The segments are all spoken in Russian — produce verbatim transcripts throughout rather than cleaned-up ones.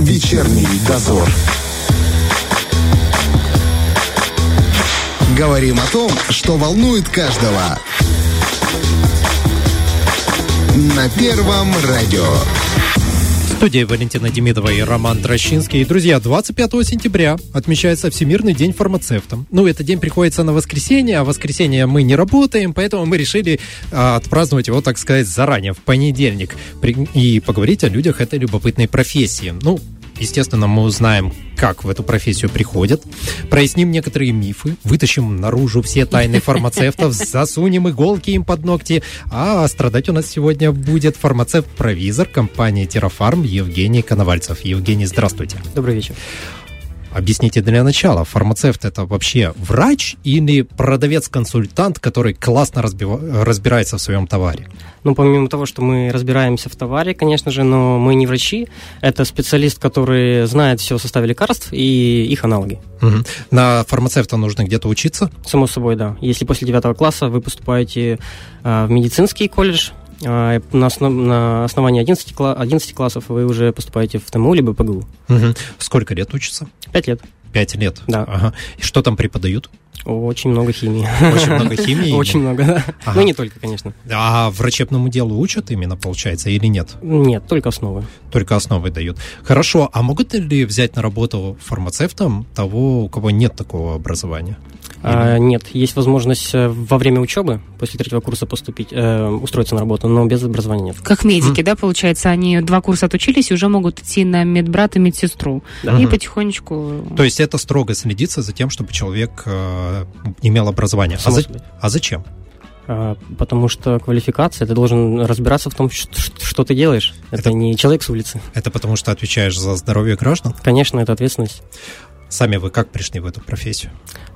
Вечерний дозор. Говорим о том, что волнует каждого. На Первом радио. В студии Валентина Демидова и Роман Трощинский. Друзья, двадцать пятого сентября отмечается Всемирный день фармацевта. Ну, этот день приходится на воскресенье, а в воскресенье мы не работаем, поэтому мы решили а, отпраздновать его, так сказать, заранее, в понедельник, при, и поговорить о людях этой любопытной профессии. Ну, естественно, мы узнаем, как в эту профессию приходят, проясним некоторые мифы, вытащим наружу все тайны фармацевтов, засунем иголки им под ногти, а страдать у нас сегодня будет фармацевт-провизор компании Терафарм Евгений Коновальцев. Евгений, здравствуйте. Добрый вечер. Объясните для начала, фармацевт — это вообще врач или продавец-консультант, который классно разбива- разбирается в своем товаре? Ну, помимо того, что мы разбираемся в товаре, конечно же, но мы не врачи. Это специалист, который знает все о составе лекарств и их аналоги. Угу. На фармацевта нужно где-то учиться? Само собой, да. Если после девятого класса вы поступаете э, в медицинский колледж, э, на, основ, на основании одиннадцати, одиннадцати классов вы уже поступаете в ТМУ либо ПГУ. Угу. Сколько лет учатся? Пять лет. Пять лет? Да. Ага. И что там преподают? Очень много химии. Очень много химии? Очень много, да. Ага. Ну, не только, конечно. А врачебному делу учат именно, получается, или нет? Нет, только основы. Только основы дают. Хорошо, а могут ли взять на работу фармацевтом того, у кого нет такого образования? А, нет, есть возможность во время учебы, после третьего курса поступить, э, устроиться на работу, но без образования нет. Как медики, mm. да, получается, они два курса отучились и уже могут идти на медбрата и медсестру. Да. И mm-hmm. потихонечку... То есть это строго следится за тем, чтобы человек э, имел образование. А, за... а зачем? А, потому что квалификация, ты должен разбираться в том, что, что ты делаешь. Это, это не человек с улицы. Это потому что отвечаешь за здоровье граждан? Конечно, это ответственность. Сами вы как пришли в эту профессию?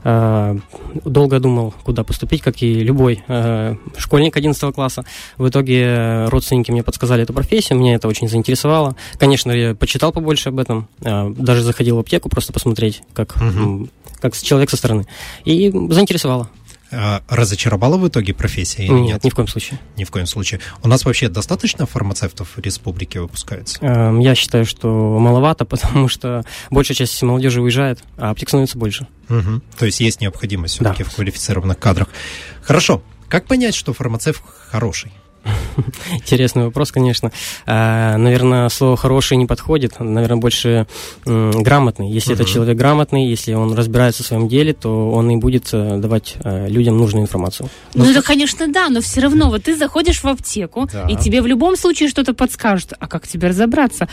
А, долго думал, куда поступить, как и любой а, школьник одиннадцатого класса. В итоге родственники мне подсказали эту профессию, меня это очень заинтересовало. Конечно, я почитал побольше об этом, а, даже заходил в аптеку просто посмотреть, как, угу. как человек со стороны. И заинтересовало. А разочаровала в итоге профессия или нет? Нет, ни в коем случае. Ни в коем случае. У нас вообще достаточно фармацевтов в республике выпускается? Я считаю, что маловато, потому что большая часть молодежи уезжает, а аптек становится больше. Угу. То есть есть необходимость все-таки да. в квалифицированных кадрах. Хорошо. Как понять, что фармацевт хороший? Интересный вопрос, конечно. А, наверное, слово «хороший» не подходит. Наверное, больше м, грамотный. Если uh-huh. это человек грамотный, если он разбирается в своем деле, то он и будет давать а, людям нужную информацию. Ну, но это, конечно, да, но все равно вот ты заходишь в аптеку, да. и тебе в любом случае что-то подскажут. А как тебе разобраться?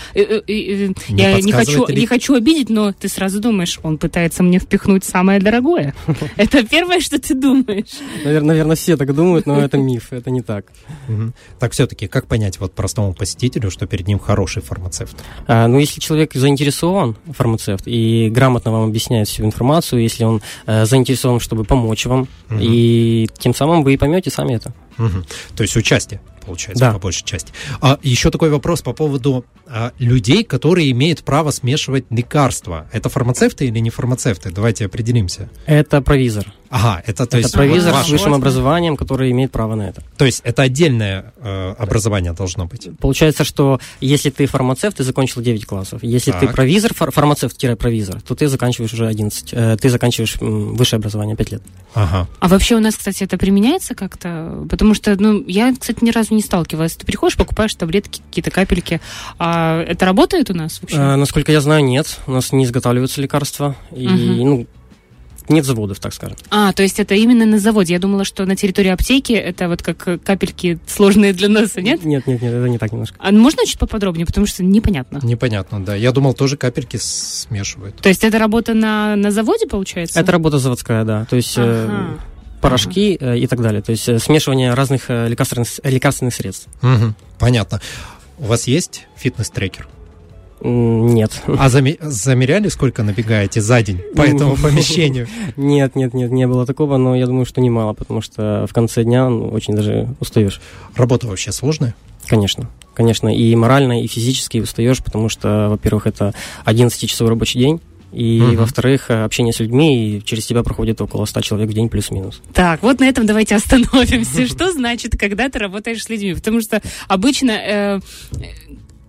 Не Я не хочу, ли... не хочу обидеть, но ты сразу думаешь, он пытается мне впихнуть самое дорогое. Это первое, что ты думаешь. Наверное, все так думают, но это миф, это не так. Так все-таки, как понять вот простому посетителю, что перед ним хороший фармацевт? А, ну, если человек заинтересован, фармацевт, и грамотно вам объясняет всю информацию, если он э, заинтересован, чтобы помочь вам, угу. и тем самым вы и поймете сами это. Угу. То есть участие, получается, да. по большей части. А еще такой вопрос по поводу а, людей, которые имеют право смешивать лекарства. Это фармацевты или не фармацевты? Давайте определимся. Это провизор. Ага, это то это есть провизор ваш... с высшим образованием, который имеет право на это. То есть это отдельное э, образование должно быть? Получается, что если ты фармацевт, ты закончил девять классов. Если так. ты провизор, фар- фармацевт-провизор, то ты заканчиваешь уже одиннадцать. Э, ты заканчиваешь м, высшее образование пять лет. Ага. А вообще у нас, кстати, это применяется как-то? Потому что, ну, я, кстати, ни разу не сталкивалась. Ты приходишь, покупаешь таблетки, какие-то капельки. А это работает у нас вообще? Э, насколько я знаю, нет. У нас не изготавливаются лекарства. И, угу. ну, нет заводов, так скажем. А, то есть это именно на заводе. Я думала, что на территории аптеки это вот как капельки сложные для носа, нет? Нет, нет, нет, это не так немножко. А можно чуть поподробнее, потому что непонятно. Непонятно, да. Я думал, тоже капельки смешивают. То есть это работа на, на заводе, получается? Это работа заводская, да. То есть... Ага. порошки ага. и так далее. То есть смешивание разных лекарственных, лекарственных средств. Угу. Понятно. У вас есть фитнес-трекер? Нет. А заме- замеряли, сколько набегаете за день по этому помещению? Нет, нет, нет, не было такого, но я думаю, что немало, потому что в конце дня ну, очень даже устаешь. Работа вообще сложная? Конечно. Конечно, и морально, и физически устаешь, потому что, во-первых, это одиннадцатичасовой рабочий день, и, uh-huh. во-вторых, общение с людьми, и через тебя проходит около ста человек в день плюс-минус. Так, вот на этом давайте остановимся. Что значит, когда ты работаешь с людьми? Потому что обычно...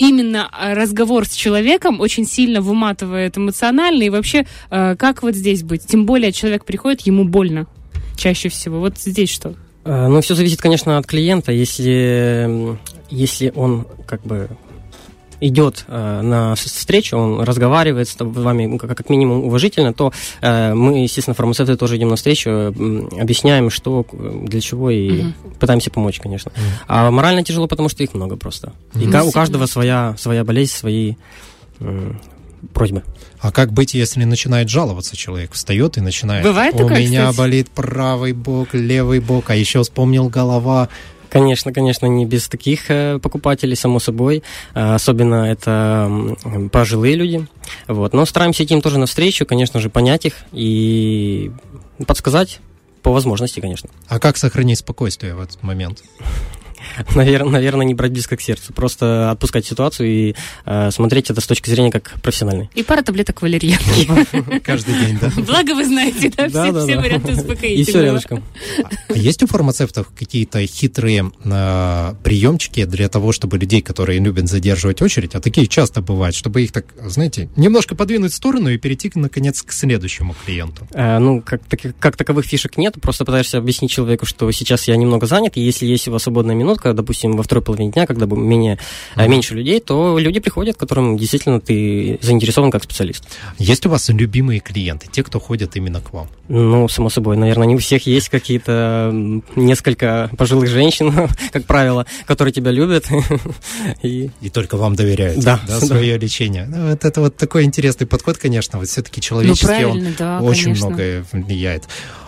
именно разговор с человеком очень сильно выматывает эмоционально, и вообще, как вот здесь быть? Тем более человек приходит, ему больно чаще всего. Вот здесь что? Ну, все зависит, конечно, от клиента. Если, если он как бы идет э, на встречу, он разговаривает с вами как, как минимум уважительно, то э, мы, естественно, фармацевты тоже идем на встречу, э, объясняем, что, для чего, и mm-hmm. пытаемся помочь, конечно. Mm-hmm. А морально тяжело, потому что их много просто. Mm-hmm. И у каждого своя, своя болезнь, свои э, просьбы. А как быть, если начинает жаловаться человек? Встает и начинает. Бывает У такое, меня кстати? Болит правый бок, левый бок, а еще вспомнил голова. Конечно, конечно, не без таких э, покупателей, само собой. Э, особенно это э, пожилые люди. Вот. Но стараемся идти им тоже навстречу, конечно же, понять их и подсказать по возможности, конечно. А как сохранить спокойствие в этот момент? Наверное, наверное, не брать близко к сердцу. Просто отпускать ситуацию и э, смотреть это с точки зрения как профессиональной. И пара таблеток валерьянки. Каждый день, да? Благо вы знаете, да, все, да, все да. варианты успокоительного. И все рядышком. А есть у фармацевтов какие-то хитрые э, приемчики для того, чтобы людей, которые любят задерживать очередь, а такие часто бывают, чтобы их так, знаете, немножко подвинуть в сторону и перейти, наконец, к следующему клиенту? Э, ну, как, так, как таковых фишек нет, просто пытаешься объяснить человеку, что сейчас я немного занят, и если есть у вас свободная минута, допустим, во второй половине дня, когда менее, mm-hmm. меньше людей, то люди приходят, которым действительно ты заинтересован как специалист. Есть у вас любимые клиенты, те, кто ходят именно к вам? Ну, само собой, наверное, не у всех есть какие-то несколько пожилых женщин, как правило, которые тебя любят. И, и только вам доверяют, да, да, свое да. лечение. Ну, вот это вот такой интересный подход, конечно, вот все-таки человеческий, ну, он да, очень конечно. многое влияет.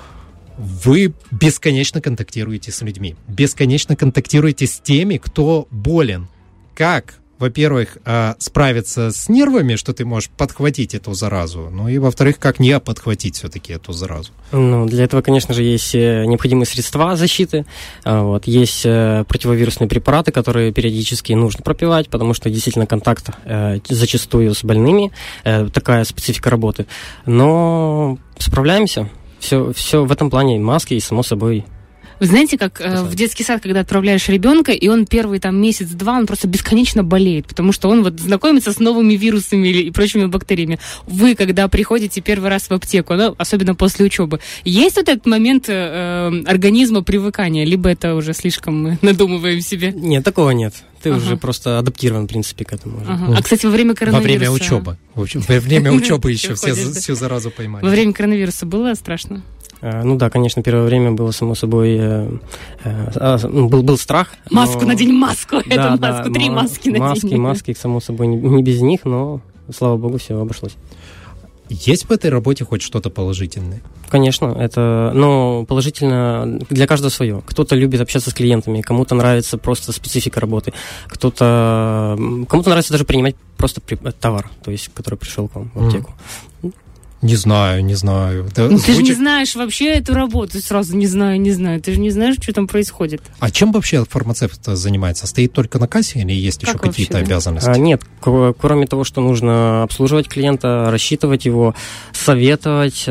Вы бесконечно контактируете с людьми, бесконечно контактируете с теми, кто болен. Как, во-первых, справиться с нервами, что ты можешь подхватить эту заразу, ну и, во-вторых, как не подхватить все-таки эту заразу? Ну, для этого, конечно же, есть необходимые средства защиты, вот, есть противовирусные препараты, которые периодически нужно пропивать, потому что действительно контакт зачастую с больными, такая специфика работы, но справляемся. Все, все в этом плане маски и, само собой... Вы знаете, как э, в детский сад, когда отправляешь ребенка, и он первый там месяц-два, он просто бесконечно болеет, потому что он вот знакомится с новыми вирусами и прочими бактериями. Вы, когда приходите первый раз в аптеку, ну, особенно после учебы, есть вот этот момент э, организма привыкания, либо это уже слишком мы надумываем себе? Нет, такого нет. Ты ага. уже просто адаптирован, в принципе, к этому. Ага. А, кстати, во время коронавируса... Во время учебы. Во время учебы еще всю заразу поймали. Во время коронавируса было страшно? Ну да, конечно, первое время было, само собой, э, э, был, был страх. Маску но... надень, маску, да, эту да, маску, три маски надень. Маски, маски, само собой, не, не без них, но, слава богу, все обошлось. Есть в этой работе хоть что-то положительное? Конечно, это, но положительно для каждого свое. Кто-то любит общаться с клиентами, кому-то нравится просто специфика работы, кто-то, кому-то нравится даже принимать просто товар, то есть, который пришел к вам в аптеку. Mm. Не знаю, не знаю. Да, ну, звучит... Ты же не знаешь вообще эту работу, сразу не знаю, не знаю. Ты же не знаешь, что там происходит. А чем вообще фармацевт занимается? Стоит только на кассе или есть как еще вообще, какие-то да? обязанности? А, нет, кроме того, что нужно обслуживать клиента, рассчитывать его, советовать,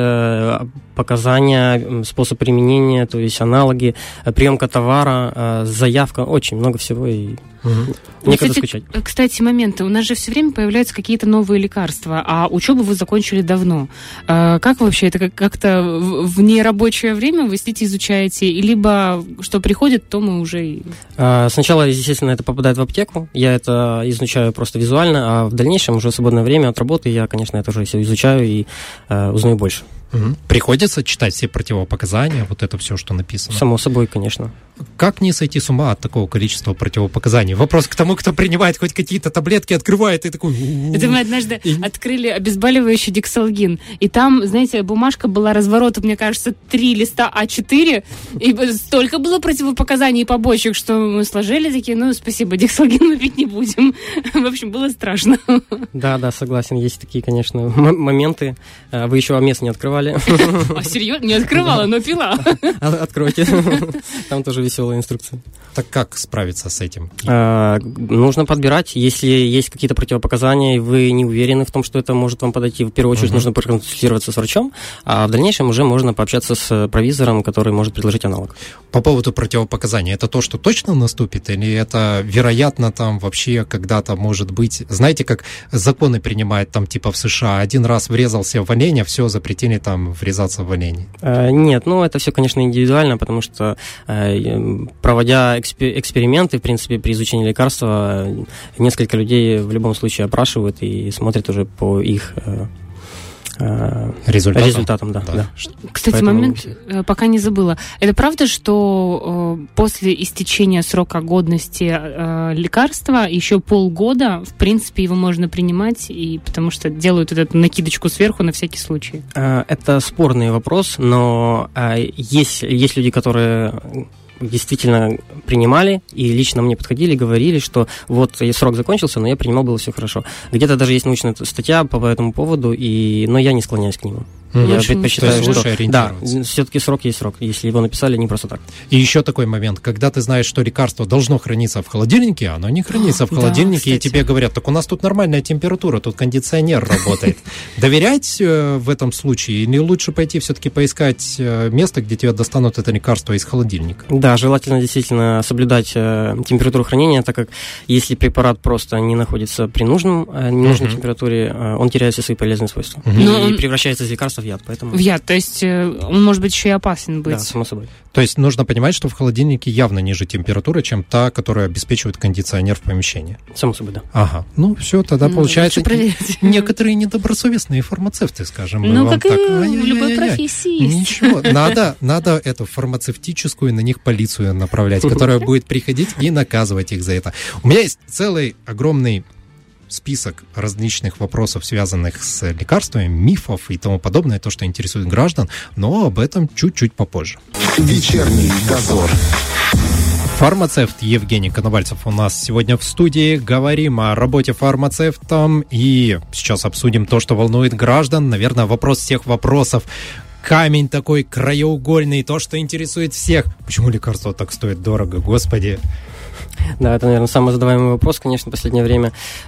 показания, способ применения, то есть аналоги, приемка товара, заявка, очень много всего и... Угу. Некогда кстати, скучать. Кстати, моменты. У нас же все время появляются какие-то новые лекарства, а учебу вы закончили давно. А как вообще это как-то в нерабочее время вы сидите, изучаете, и либо что приходит, то мы уже... А, сначала, естественно, это попадает в аптеку, я это изучаю просто визуально, а в дальнейшем уже в свободное время от работы я, конечно, это уже все изучаю и а, узнаю больше. Угу. Приходится читать все противопоказания, вот это все, что написано? Само собой, конечно. Как не сойти с ума от такого количества противопоказаний? Вопрос к тому, кто принимает хоть какие-то таблетки, открывает и такой... Это мы однажды и... открыли обезболивающий дексалгин, и там, знаете, бумажка была разворотом, мне кажется, три листа а четыре, и столько было противопоказаний и побочек, что мы сложили такие, ну, спасибо, дексалгин мы пить не будем. В общем, было страшно. Да, да, согласен, есть такие, конечно, м- моменты. Вы еще ОМЕС не открывали? А серьезно? Не открывала, но пила. Откройте. Там тоже веселая инструкция. Так как справиться с этим? А, нужно подбирать. Если есть какие-то противопоказания, и вы не уверены в том, что это может вам подойти, в первую очередь uh-huh. нужно проконсультироваться с врачом, а в дальнейшем уже можно пообщаться с провизором, который может предложить аналог. По поводу противопоказаний, это то, что точно наступит, или это, вероятно, там вообще когда-то может быть... Знаете, как законы принимают там типа в США, один раз врезался в оленя, все, запретили там врезаться в оленей? А, нет, ну это все, конечно, индивидуально, потому что проводя эксперименты, в принципе, при изучении лекарства, несколько людей в любом случае опрашивают и смотрят уже по их результатам. результатам да, да. Да. Кстати, Поэтому... момент, пока не забыла. Это правда, что э, после истечения срока годности э, лекарства еще полгода, в принципе, его можно принимать, и потому что делают эту накидочку сверху на всякий случай? Это спорный вопрос, но есть, есть люди, которые... действительно принимали, и лично мне подходили и говорили, что вот срок закончился, но я принимал, было все хорошо. Где-то даже есть научная статья по этому поводу, и... но я не склоняюсь к нему. Mm-hmm. Я предпочитаю, что да, все-таки срок есть срок, если его написали не просто так. И еще такой момент, когда ты знаешь, что лекарство должно храниться в холодильнике, оно не хранится в холодильнике, да, и тебе говорят, так у нас тут нормальная температура, тут кондиционер работает. Доверять в этом случае или лучше пойти все-таки поискать место, где тебе достанут это лекарство из холодильника? Да, желательно действительно соблюдать температуру хранения, так как если препарат просто не находится при нужном, нужной температуре, он теряет все свои полезные свойства и превращается из лекарства в яд, поэтому... В яд, то есть он может быть еще и опасен быть. Да, само собой. То есть нужно понимать, что в холодильнике явно ниже температура, чем та, которая обеспечивает кондиционер в помещении. Само собой, да. Ага, ну все, тогда ну, получается некоторые недобросовестные фармацевты, скажем. Ну, как так, и в любой профессии есть. Ничего, надо, надо эту фармацевтическую на них полицию направлять, которая будет приходить и наказывать их за это. У меня есть целый огромный список различных вопросов, связанных с лекарствами, мифов и тому подобное, то, что интересует граждан, но об этом чуть-чуть попозже. Вечерний дозор. Фармацевт Евгений Коновальцев у нас сегодня в студии. Говорим о работе фармацевтом и сейчас обсудим то, что волнует граждан. Наверное, вопрос всех вопросов. Камень такой краеугольный, то, что интересует всех. Почему лекарство так стоит дорого, господи? Да, это, наверное, самый задаваемый вопрос, конечно, в последнее время.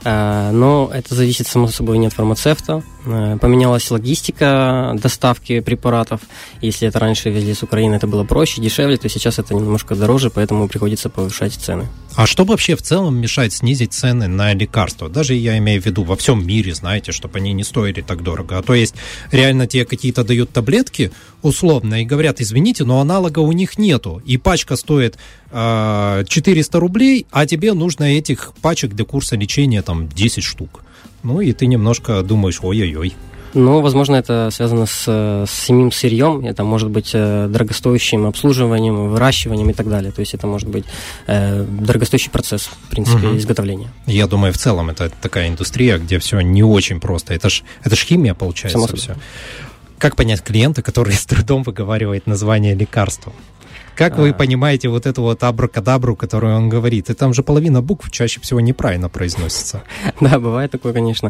Но это зависит, само собой, не от фармацевта. Поменялась логистика доставки препаратов. Если это раньше везли с Украины, это было проще, дешевле, то сейчас это немножко дороже, поэтому приходится повышать цены. А что вообще в целом мешает снизить цены на лекарства? Даже я имею в виду во всем мире, знаете, чтобы они не стоили так дорого. А то есть реально тебе какие-то дают таблетки условно и говорят, извините, но аналога у них нету. И пачка стоит э, четыреста рублей, а тебе нужно этих пачек для курса лечения там десять штук. Ну и ты немножко думаешь, ой-ой-ой. Ну, возможно, это связано с, с самим сырьем, это может быть э, дорогостоящим обслуживанием, выращиванием и так далее. То есть это может быть э, дорогостоящий процесс, в принципе, угу. изготовления. Я думаю, в целом это такая индустрия, где все не очень просто. Это ж, это ж химия, получается, само все. Как понять клиента, который с трудом выговаривает название лекарства? Как вы понимаете вот эту вот абракадабру, которую он говорит? И там же половина букв чаще всего неправильно произносится. Да, бывает такое, конечно.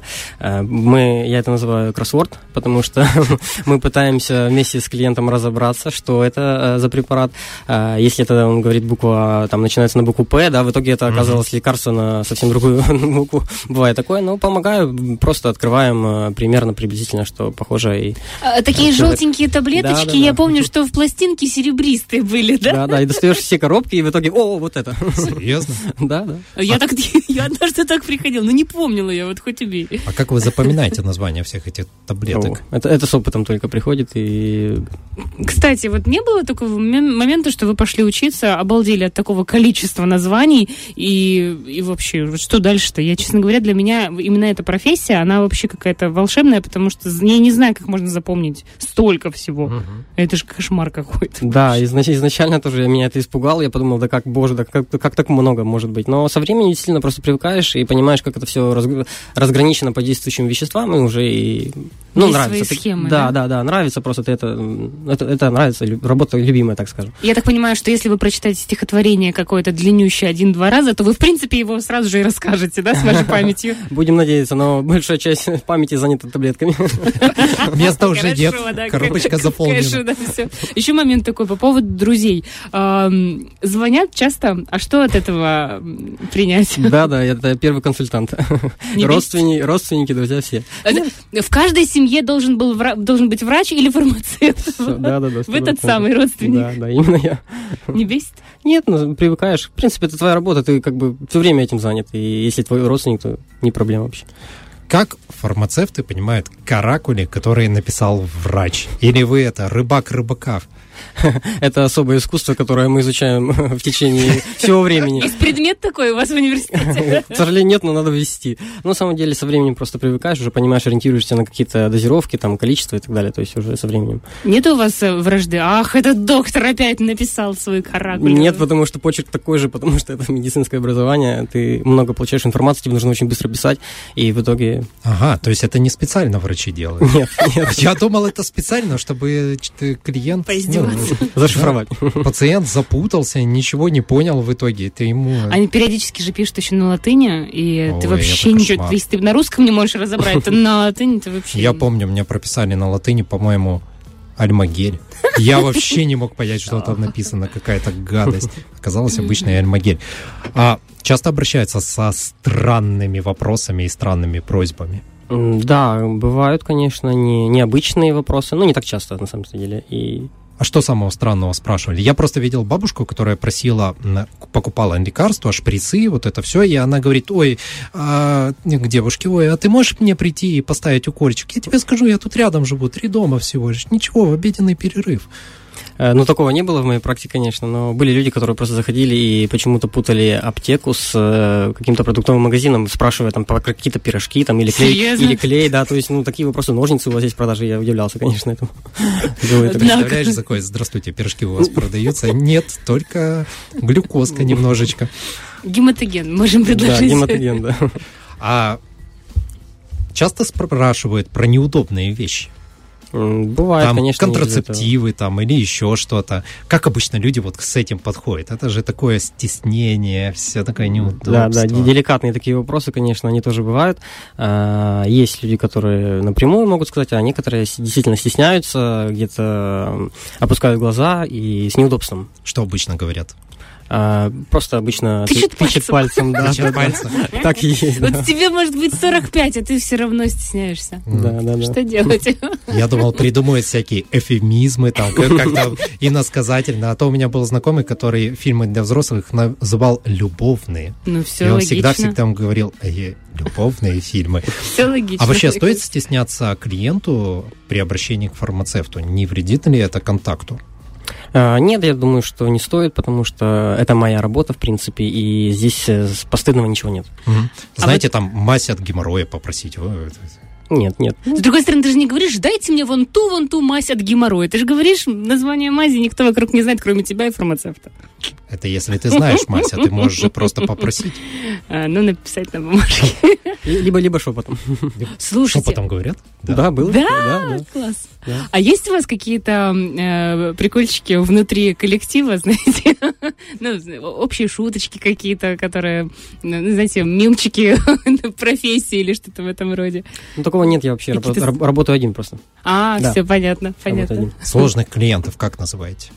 Мы, я это называю кроссворд, потому что мы пытаемся вместе с клиентом разобраться, что это за препарат. Если это, он говорит, буква, там, начинается на букву «П», да, в итоге это оказалось mm-hmm. лекарство на совсем другую букву. Бывает такое, но помогаю, просто открываем примерно, приблизительно, что похоже. И... Такие желтенькие таблеточки, да, да, я да. помню, что в пластинке серебристые были. Да? Да, да, и достаешь все коробки, и в итоге, о, вот это. Серьезно? Да, да. Я, а... так, я однажды так приходила, но не помнила я, вот хоть убей. А как вы запоминаете название всех этих таблеток? О, это, это с опытом только приходит. И... Кстати, вот не было такого момента, что вы пошли учиться, обалдели от такого количества названий, и, и вообще, вот что дальше-то? Я, честно говоря, для меня именно эта профессия, она вообще какая-то волшебная, потому что я не знаю, как можно запомнить столько всего. Угу. Это же кошмар какой-то. Да, изнач- изначально тоже меня это испугало, я подумал, да как, боже, да как, как так много может быть. Но со временем действительно просто привыкаешь и понимаешь, как это все раз, разграничено по действующим веществам, и уже и... Ну, есть нравится. Свои схемы, да, да, да, да, нравится просто, это, это, это нравится, работа любимая, так скажем. Я так понимаю, что если вы прочитаете стихотворение какое-то длиннющее один-два раза, то вы, в принципе, его сразу же и расскажете, да, с вашей памятью? Будем надеяться, но большая часть памяти занята таблетками. Места уже нет, коробочка заполнена. Еще момент такой по поводу друзей. врачей э, звонят часто, а что от этого принять? Да-да, это первый консультант. Родственники, родственники, друзья, все. В каждой семье должен, был, должен быть врач или фармацевт? Да-да-да. В этот самый родственник? Да, да, именно я. Не бесит? Нет, ну, привыкаешь. В принципе, это твоя работа, ты как бы все время этим занят. И если твой родственник, то не проблема вообще. Как фармацевты понимают каракули, которые написал врач? Или вы это рыбак рыбаков? Это особое искусство, которое мы изучаем в течение всего времени. Есть предмет такой у вас в университете? К сожалению, нет, но надо ввести. Но на самом деле со временем просто привыкаешь, уже понимаешь, ориентируешься на какие-то дозировки, там, количество и так далее, то есть уже со временем. Нет у вас вражды? Ах, этот доктор опять написал свой каракуль. Нет, потому что почерк такой же, потому что это медицинское образование, ты много получаешь информации, тебе нужно очень быстро писать, и в итоге... Ага, то есть это не специально врачи делают? Нет, нет. Я думал, это специально, чтобы клиент... Зашифровать. Пациент запутался, ничего не понял в итоге. Ты ему... Они периодически же пишут еще на латыни, и Ой, ты вообще ничего... Если ты на русском не можешь разобрать, то на латыни ты вообще... Я помню, мне прописали на латыни, по-моему, альмагель. Я вообще не мог понять, что там написано, какая-то гадость. Оказалось, обычный альмагель. А часто обращаются со странными вопросами и странными просьбами? Да, бывают, конечно, не, необычные вопросы, но не так часто, на самом деле, и... А что самого странного спрашивали? Я просто видел бабушку, которая просила, покупала лекарства, шприцы, вот это все, и она говорит: ой, а, к девушке, ой, а ты можешь мне прийти и поставить укольчик? Я тебе скажу, я тут рядом живу, три дома всего лишь, ничего, в обеденный перерыв. Ну, такого не было в моей практике, конечно, но были люди, которые просто заходили и почему-то путали аптеку с э, каким-то продуктовым магазином, спрашивая там про какие-то пирожки там, или клей, или клей, да, то есть, ну, такие вопросы, ножницы у вас есть в продаже, я удивлялся, конечно, этому. Представляешь, такой: здравствуйте, пирожки у вас продаются? Нет, только глюкозка немножечко. Гематоген, можем предложить. Да, гематоген, да. А часто спрашивают про неудобные вещи? Бывает, там, конечно. Контрацептивы там или еще что-то. Как обычно люди вот с этим подходят? Это же такое стеснение, все такое неудобство. Да, да, деликатные такие вопросы, конечно, они тоже бывают. Есть люди, которые напрямую могут сказать, а некоторые действительно стесняются, где-то опускают глаза и с неудобством. Что обычно говорят? А, просто обычно тычет ты, пальцем. пальцем, да, тычет да, пальцем. Да. Так и есть. Вот да. тебе может быть сорок пять, а ты все равно стесняешься. Да, да, да. Что делать? Я думал, придумают всякие эвфемизмы, там, как-то иносказательно. А то у меня был знакомый, который фильмы для взрослых называл любовные. Ну, все и он логично. всегда-всегда говорил: э, любовные фильмы. Все логично. А вообще стоит стесняться клиенту при обращении к фармацевту? Не вредит ли это контакту? Нет, я думаю, что не стоит, потому что это моя работа, в принципе, и здесь постыдного ничего нет. Угу. Знаете, а вы... там мазь от геморроя попросить. Нет, нет. С другой стороны, ты же не говоришь: дайте мне вон ту, вон ту мазь от геморроя. Ты же говоришь название мази, никто вокруг не знает, кроме тебя и фармацевта. Это если ты знаешь мазь, а ты можешь же просто попросить. А, ну, написать на бумажке. Либо-либо шепотом. Слушайте. Шепотом говорят? Да, да было. Да? Да, да. Класс. Да. А есть у вас какие-то э, прикольчики внутри коллектива, знаете? Ну, общие шуточки какие-то, которые, ну, знаете, мемчики профессии или что-то в этом роде? Ну, такого нет, я вообще раб- раб- работаю один просто. А, да. Все понятно, понятно. Сложных клиентов как называете?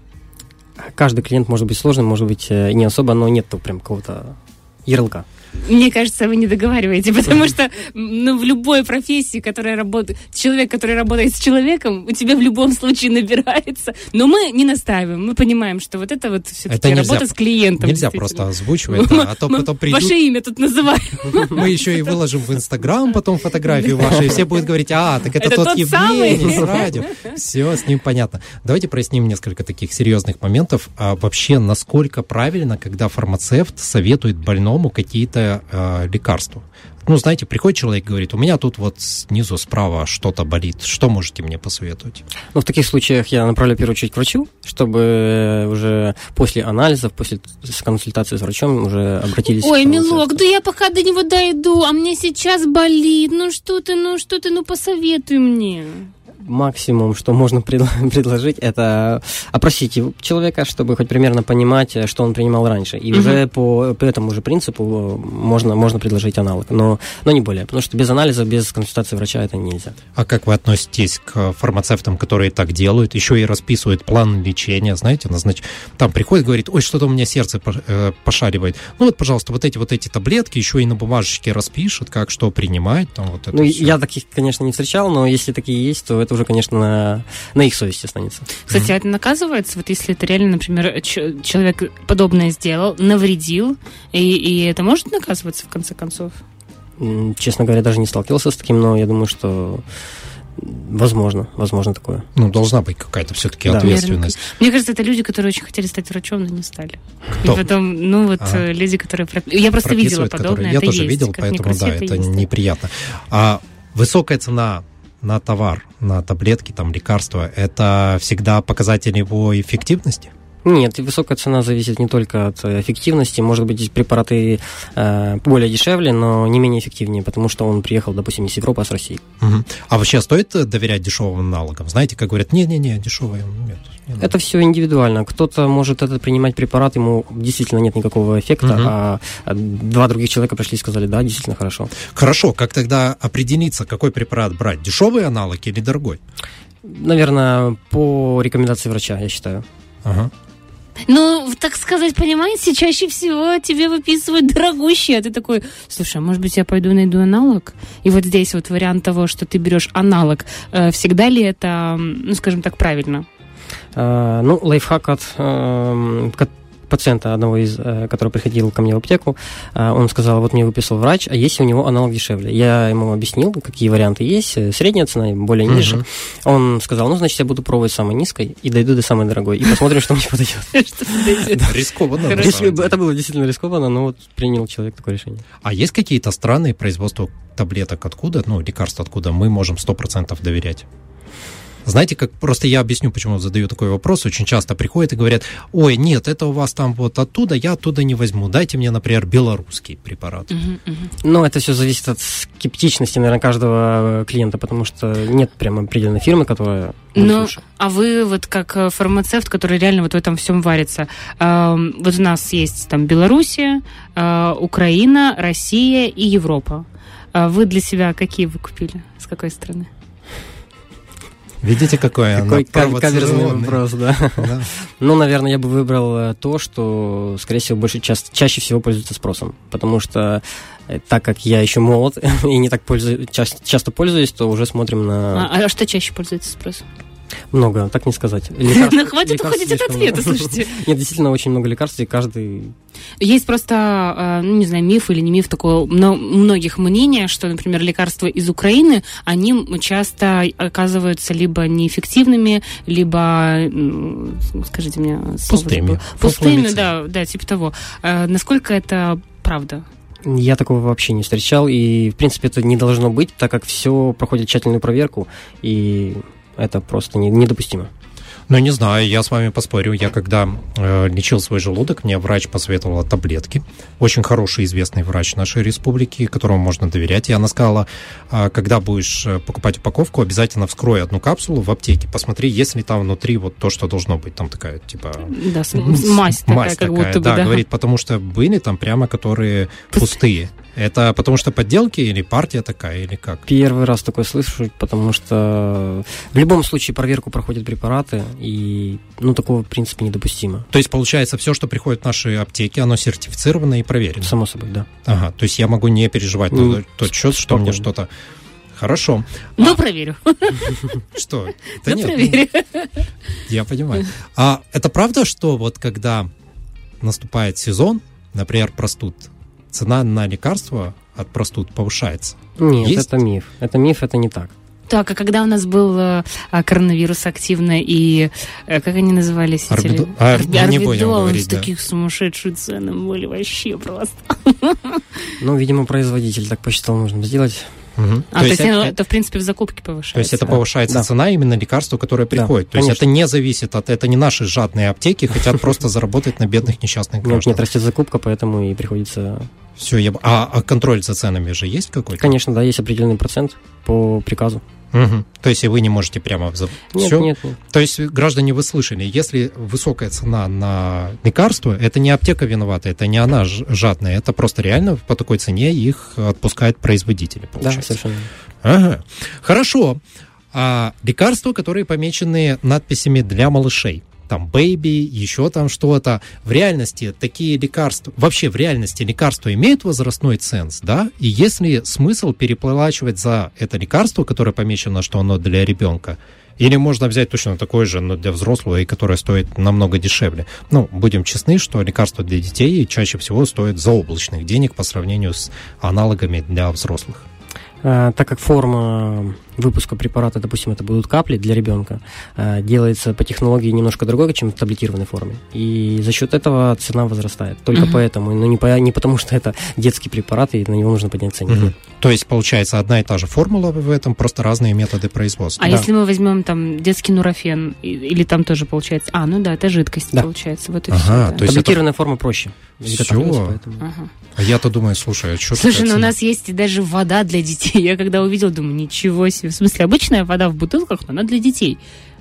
Каждый клиент может быть сложным, может быть не особо, но нет прям какого-то ярлыка. Мне кажется, вы не договариваете, потому что ну, в любой профессии, которая работает, человек, который работает с человеком, у тебя в любом случае набирается. Но мы не настаиваем, мы понимаем, что вот это вот все-таки это работа с клиентом. Нельзя просто озвучивать, да, а то потом придут... Ваше имя тут называем. Мы еще и выложим в Инстаграм потом фотографию вашу, и все будут говорить: а, так это, это тот, тот Евгений с радио. Все, с ним понятно. Давайте проясним несколько таких серьезных моментов. А вообще, насколько правильно, когда фармацевт советует больному какие-то э, лекарства? Ну, знаете, приходит человек и говорит: у меня тут вот снизу справа что-то болит, что можете мне посоветовать? Ну, в таких случаях я направляю в первую очередь к врачу, чтобы уже после анализов, после консультации с врачом уже обратились. Ой, милок, да я пока до него дойду, а мне сейчас болит, ну что ты, ну что ты, ну посоветуй мне. Максимум, что можно предло- предложить, это опросить человека, чтобы хоть примерно понимать, что он принимал раньше. И mm-hmm. уже по, по этому же принципу можно, можно предложить аналог, но, но не более. Потому что без анализа, без консультации врача это нельзя. А как вы относитесь к фармацевтам, которые так делают, еще и расписывают план лечения, знаете, назнач... там приходит, говорит, ой, что-то у меня сердце пошаливает. Ну вот, пожалуйста, вот эти вот эти таблетки еще и на бумажечке распишут, как что принимать. Там, вот это ну, все. Я таких, конечно, не встречал, но если такие есть, то это уже, конечно, на, на их совести останется. Кстати, mm-hmm. а это наказывается, вот если это реально, например, ч- человек подобное сделал, навредил, и, и это может наказываться в конце концов? Честно говоря, даже не сталкивался с таким, но я думаю, что возможно, возможно такое. Ну, должна быть какая-то все-таки да. ответственность. Мне кажется, это люди, которые очень хотели стать врачом, но не стали. Кто? И потом, ну, вот а. люди, которые... Я просто видела подобное. Я это тоже есть. видел, Как поэтому, крути, да, это, это есть, неприятно. А высокая цена на товар, на таблетки, там, лекарства, это всегда показатель его эффективности? Нет, высокая цена зависит не только от эффективности. Может быть, препараты э, более дешевле, но не менее эффективнее, потому что он приехал, допустим, из Европы, а с России. Угу. А вообще стоит доверять дешевым аналогам? Знаете, как говорят, не-не-не, дешевые нет. Не это все индивидуально. Кто-то может этот принимать препарат, ему действительно нет никакого эффекта, угу. а два других человека пришли и сказали, да, действительно хорошо. Хорошо, как тогда определиться, какой препарат брать? Дешевый аналог или дорогой? Наверное, по рекомендации врача, я считаю. Ага. Ну, так сказать, понимаете, чаще всего тебе выписывают дорогущие, а ты такой, слушай, а может быть, я пойду найду аналог? И вот здесь вот вариант того, что ты берешь аналог, всегда ли это, ну, скажем так, правильно? Uh, ну, лайфхак от uh, пациента одного из, uh, который приходил ко мне в аптеку, uh, он сказал, вот мне выписал врач, а есть у него аналог дешевле. Я ему объяснил, какие варианты есть, средняя цена, более uh-huh. ниже. Он сказал, ну, значит, я буду пробовать самой низкой и дойду до самой дорогой, и посмотрим, что мне подойдет. Рискованно. Это было действительно рискованно, но вот принял человек такое решение. А есть какие-то страны, производства таблеток откуда, ну, лекарств откуда мы можем сто процентов доверять? Знаете, как просто я объясню, почему задаю такой вопрос. Очень часто приходят и говорят, ой, нет, это у вас там вот оттуда, я оттуда не возьму. Дайте мне, например, белорусский препарат. Uh-huh, uh-huh. Ну, это все зависит от скептичности, наверное, каждого клиента, потому что нет прямо определенной фирмы, которая... Ну, а вы вот как фармацевт, который реально вот в этом всем варится, э, вот у нас есть там Белоруссия, э, Украина, Россия и Европа. А вы для себя какие вы купили? С какой страны? Видите, какой она каверзный вопрос, да. да. Ну, наверное, я бы выбрал то, что, скорее всего, больше ча- чаще всего пользуется спросом. Потому что, так как я еще молод и не так пользуюсь, ча- часто пользуюсь, то уже смотрим на... А, а что чаще пользуется спросом? Много, так не сказать. Ну, хватит уходить от ответа, слушайте. Нет, действительно, очень много лекарств, и каждый... Есть просто, ну, не знаю, миф или не миф, такое у многих мнение, что, например, лекарства из Украины, они часто оказываются либо неэффективными, либо, скажите мне... Пустыми. Пустыми, да, да, типа того. Насколько это правда? Я такого вообще не встречал, и, в принципе, это не должно быть, так как все проходит тщательную проверку, и... Это просто не, недопустимо. Ну, не знаю, я с вами поспорю. Я когда э, лечил свой желудок, мне врач посоветовала таблетки. Очень хороший, известный врач нашей республики, которому можно доверять. И она сказала, э, когда будешь покупать упаковку, обязательно вскрой одну капсулу в аптеке, посмотри, есть ли там внутри вот то, что должно быть. Там такая, типа... Да, мазь такая, мазь как такая, будто бы, да, да. говорит, потому что были там прямо, которые пустые. Это потому что подделки или партия такая, или как? Первый раз такое слышу, потому что в любом случае проверку проходят препараты, и, ну, такого, в принципе, недопустимо. То есть, получается, все, что приходит в наши аптеки, оно сертифицировано и проверено? Само собой, да. Ага, то есть я могу не переживать ну, на тот счет, что спокойно. Мне что-то... Хорошо. Ну, а... проверю. Что? Да нет, проверю. Я понимаю. А это правда, что вот когда наступает сезон, например, простуд, цена на лекарства от простуд повышается? Нет, Есть? это миф. Это миф, это не так. Так, а когда у нас был э, коронавирус активно и, э, как они назывались? Арбидол? Эти... А, Арби... не Арбидол, будем говорить, да. Таких сумасшедшие цены были вообще просто. Ну, видимо, производитель так посчитал, нужно сделать. Угу. А, то, то есть это, это, в принципе, в закупке повышается. То есть это повышается да. цена именно лекарства, которое приходит. Да, то есть это не зависит от... Это не наши жадные аптеки, хотят просто заработать на бедных несчастных граждан. Нет, растет закупка, поэтому и приходится... Все, я... а, а контроль за ценами же есть какой-то? Конечно, да, есть определенный процент по приказу. Угу. То есть и вы не можете прямо... Нет, Все? Нет, нет. То есть, граждане, вы слышали, если высокая цена на лекарства, это не аптека виновата, это не она жадная, это просто реально по такой цене их отпускают производители, получается. Да, совершенно. Ага. Хорошо. А лекарства, которые помечены надписями «для малышей», там «бэйби», еще там что-то. В реальности такие лекарства, вообще в реальности лекарства имеют возрастной ценз, да? И есть ли смысл переплачивать за это лекарство, которое помечено, что оно для ребенка? Или можно взять точно такое же, но для взрослого, и которое стоит намного дешевле? Ну, будем честны, что лекарства для детей чаще всего стоят заоблачных денег по сравнению с аналогами для взрослых. А, так как форма выпуска препарата, допустим, это будут капли для ребенка, а, делается по технологии немножко другой, чем в таблетированной форме. И за счет этого цена возрастает. Только uh-huh. поэтому, но не, по, не потому, что это детский препарат, и на него нужно поднять цену. Uh-huh. То есть, получается, одна и та же формула в этом, просто разные методы производства. А да. если мы возьмем там детский нурофен, или там тоже получается... А, ну да, это жидкость, да. получается. Вот и ага, все. Да. То есть таблетированная это... форма проще. Все. Поэтому... Ага. А я-то думаю, слушай, а что Слушай, ну у нас есть даже вода для детей. Я когда увидела, думаю, ничего себе. В смысле, обычная вода в бутылках, но она для детей.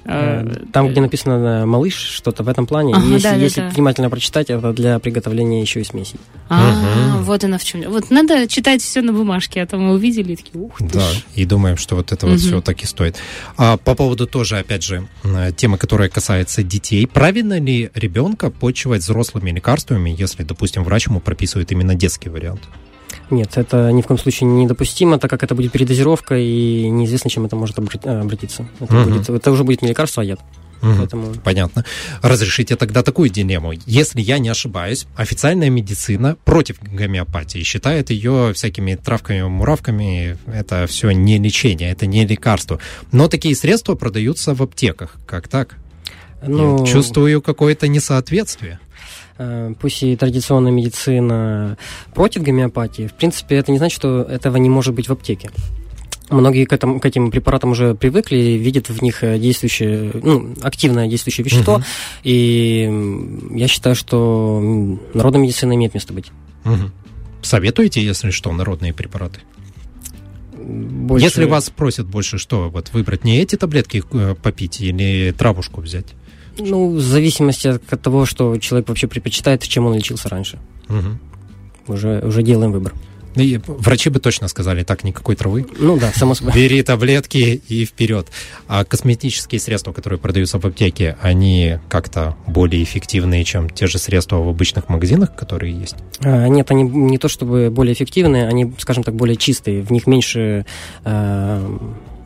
Там, где написано «малыш», что-то в этом плане. Ага, если да, если да, внимательно прочитать, это для приготовления еще и смесей. А, угу. вот она в чем. Вот надо читать все на бумажке, а то мы увидели и такие, ух ты. Да, и думаем, что вот это угу. вот все так и стоит. А по поводу тоже, опять же, темы, которая касается детей. Правильно ли ребенка почивать взрослыми лекарствами, если, допустим, врач ему прописывает именно детский вариант? Нет, это ни в коем случае недопустимо, так как это будет передозировка, и неизвестно, чем это может обратиться. Это, угу. будет, это уже будет не лекарство, а яд. Угу. Поэтому... Понятно. Разрешите тогда такую дилемму. Если я не ошибаюсь, официальная медицина против гомеопатии, считает ее всякими травками-муравками. Это все не лечение, это не лекарство. Но такие средства продаются в аптеках. Как так? Ну... Я чувствую какое-то несоответствие. Пусть и традиционная медицина против гомеопатии, в принципе, это не значит, что этого не может быть в аптеке. Многие к, этому, к этим препаратам уже привыкли, видят в них действующее, ну, активное действующее вещество, uh-huh. и я считаю, что народная медицина имеет место быть. Uh-huh. Советуете, если что, народные препараты? Больше... Если вас просят больше, что, вот выбрать не эти таблетки попить или травушку взять? Ну, в зависимости от того, что человек вообще предпочитает, чем он лечился раньше. Угу. Уже, уже делаем выбор. И врачи бы точно сказали, так, никакой травы. Ну да, само собой. Бери таблетки и вперед. А косметические средства, которые продаются в аптеке, они как-то более эффективные, чем те же средства в обычных магазинах, которые есть? А, нет, они не то чтобы более эффективные, они, скажем так, более чистые. В них меньше... А...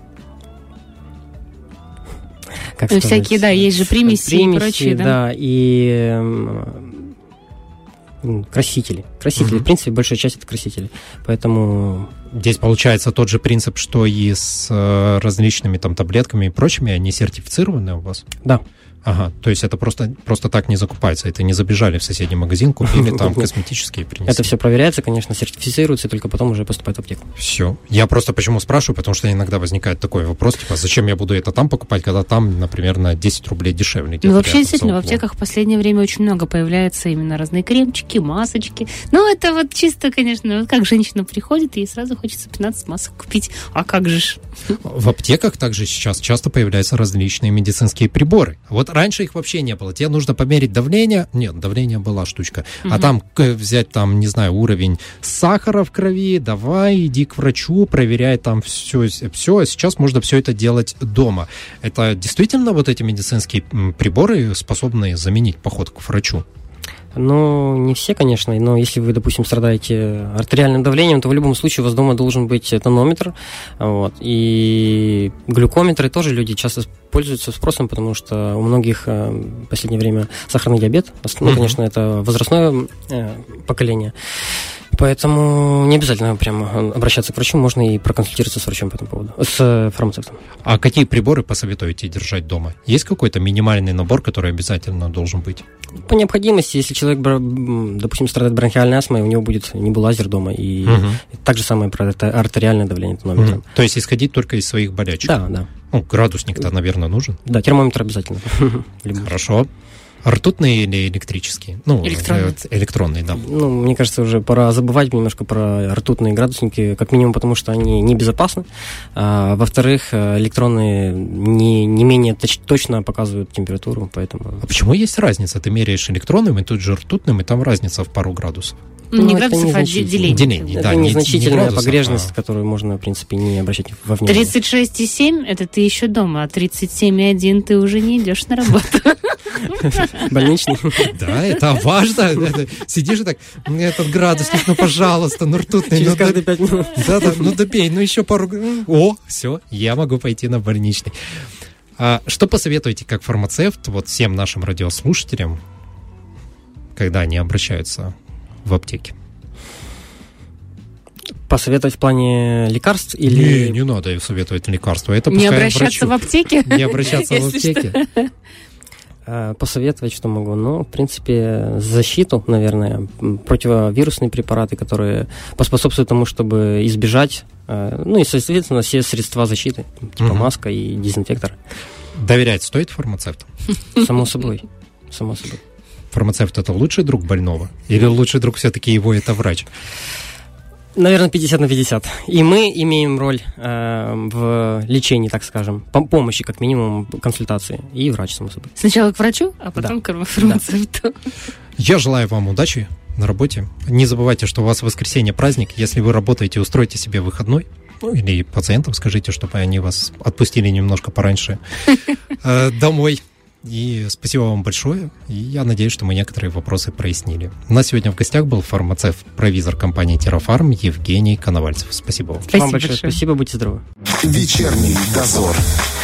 Как ну, всякие, да, есть же примеси, примеси и прочее, да. Да, и э, красители. Красители, угу. в принципе, большая часть это красители. Поэтому... Здесь получается тот же принцип, что и с э, различными там таблетками и прочими, они сертифицированы у вас? Да. Ага, то есть это просто, просто так не закупается, это не забежали в соседний магазин, купили там косметические, принесли. Это все проверяется, конечно, сертифицируется, и только потом уже поступает в аптеку. Все. Я просто почему спрашиваю, потому что иногда возникает такой вопрос, типа, зачем я буду это там покупать, когда там, например, на десять рублей дешевле. Ну, вообще, действительно, в аптеках в последнее время очень много появляется именно разные кремчики, масочки. Ну, это вот чисто, конечно, вот как женщина приходит, и ей сразу хочется пятнадцать масок купить. А как же ж? В аптеках также сейчас часто появляются различные медицинские приборы. Вот раньше их вообще не было. Тебе нужно померить давление. Нет, давление была штучка. Угу. А там взять, там, не знаю, уровень сахара в крови, давай, иди к врачу, проверяй там все. все. Сейчас можно все это делать дома. Это действительно вот эти медицинские приборы способны заменить поход к врачу? Ну, не все, конечно, но если вы, допустим, страдаете артериальным давлением, то в любом случае у вас дома должен быть тонометр, вот, и глюкометры тоже люди часто пользуются спросом, потому что у многих в последнее время сахарный диабет, ну, конечно, это возрастное поколение, поэтому не обязательно прямо обращаться к врачу, можно и проконсультироваться с врачом по этому поводу, с фармацевтом. А какие приборы посоветуете держать дома? Есть какой-то минимальный набор, который обязательно должен быть? По необходимости, если человек, допустим, страдает бронхиальной астмой, у него будет небулайзер дома, и угу. так же самое про артериальное давление тонометра. Угу. То есть исходить только из своих болячек? Да, да. Ну, градусник-то, наверное, нужен? Да, термометр обязательно. Хорошо. Ртутные или электрические? Ну, электронные. Электронные, да. Ну, мне кажется, уже пора забывать немножко про ртутные градусники, как минимум потому, что они небезопасны. А, во-вторых, электронные не, не менее точ- точно показывают температуру, поэтому... А почему есть разница? Ты меряешь электронным и тут же ртутным, и там разница в пару градусов. Ну, не градусов, а деление. деление Это да, незначительная не градусов, погрешность, а... которую можно, в принципе, не обращать во внимание. тридцать шесть и семь это ты еще дома, а тридцать семь и один ты уже не идешь на работу. Больничный. Да, это важно. Это, сидишь и так, этот градусник, ну, пожалуйста, ну, ртутный. Через ну, каждые пять минут. Да, да, ну, допей, ну, еще пару... О, все, я могу пойти на больничный. А что посоветуете как фармацевт вот всем нашим радиослушателям, когда они обращаются в аптеке? Посоветовать в плане лекарств или... Не, не надо советовать лекарства. Это не обращаться в аптеке? Не обращаться в аптеке. Посоветовать, что могу? Ну, в принципе, защиту, наверное, противовирусные препараты, которые поспособствуют тому, чтобы избежать, ну и, соответственно, все средства защиты, типа угу. маска и дезинфектор. Доверять стоит фармацевту? Само собой, само собой. Фармацевт — это лучший друг больного? Или лучший друг все-таки его — это врач? Наверное, пятьдесят на пятьдесят. И мы имеем роль э, в лечении, так скажем, помощи, как минимум, консультации. И врач, само собой. Сначала к врачу, а потом да. к фармацевту. Да. Я желаю вам удачи на работе. Не забывайте, что у вас в воскресенье праздник. Если вы работаете, устройте себе выходной. Ну, или пациентам скажите, чтобы они вас отпустили немножко пораньше домой. И спасибо вам большое. И я надеюсь, что мы некоторые вопросы прояснили. У нас сегодня в гостях был фармацевт-провизор компании Терафарм Евгений Коновальцев. Спасибо вам. Спасибо вам большое. Спасибо, будьте здоровы. Вечерний дозор.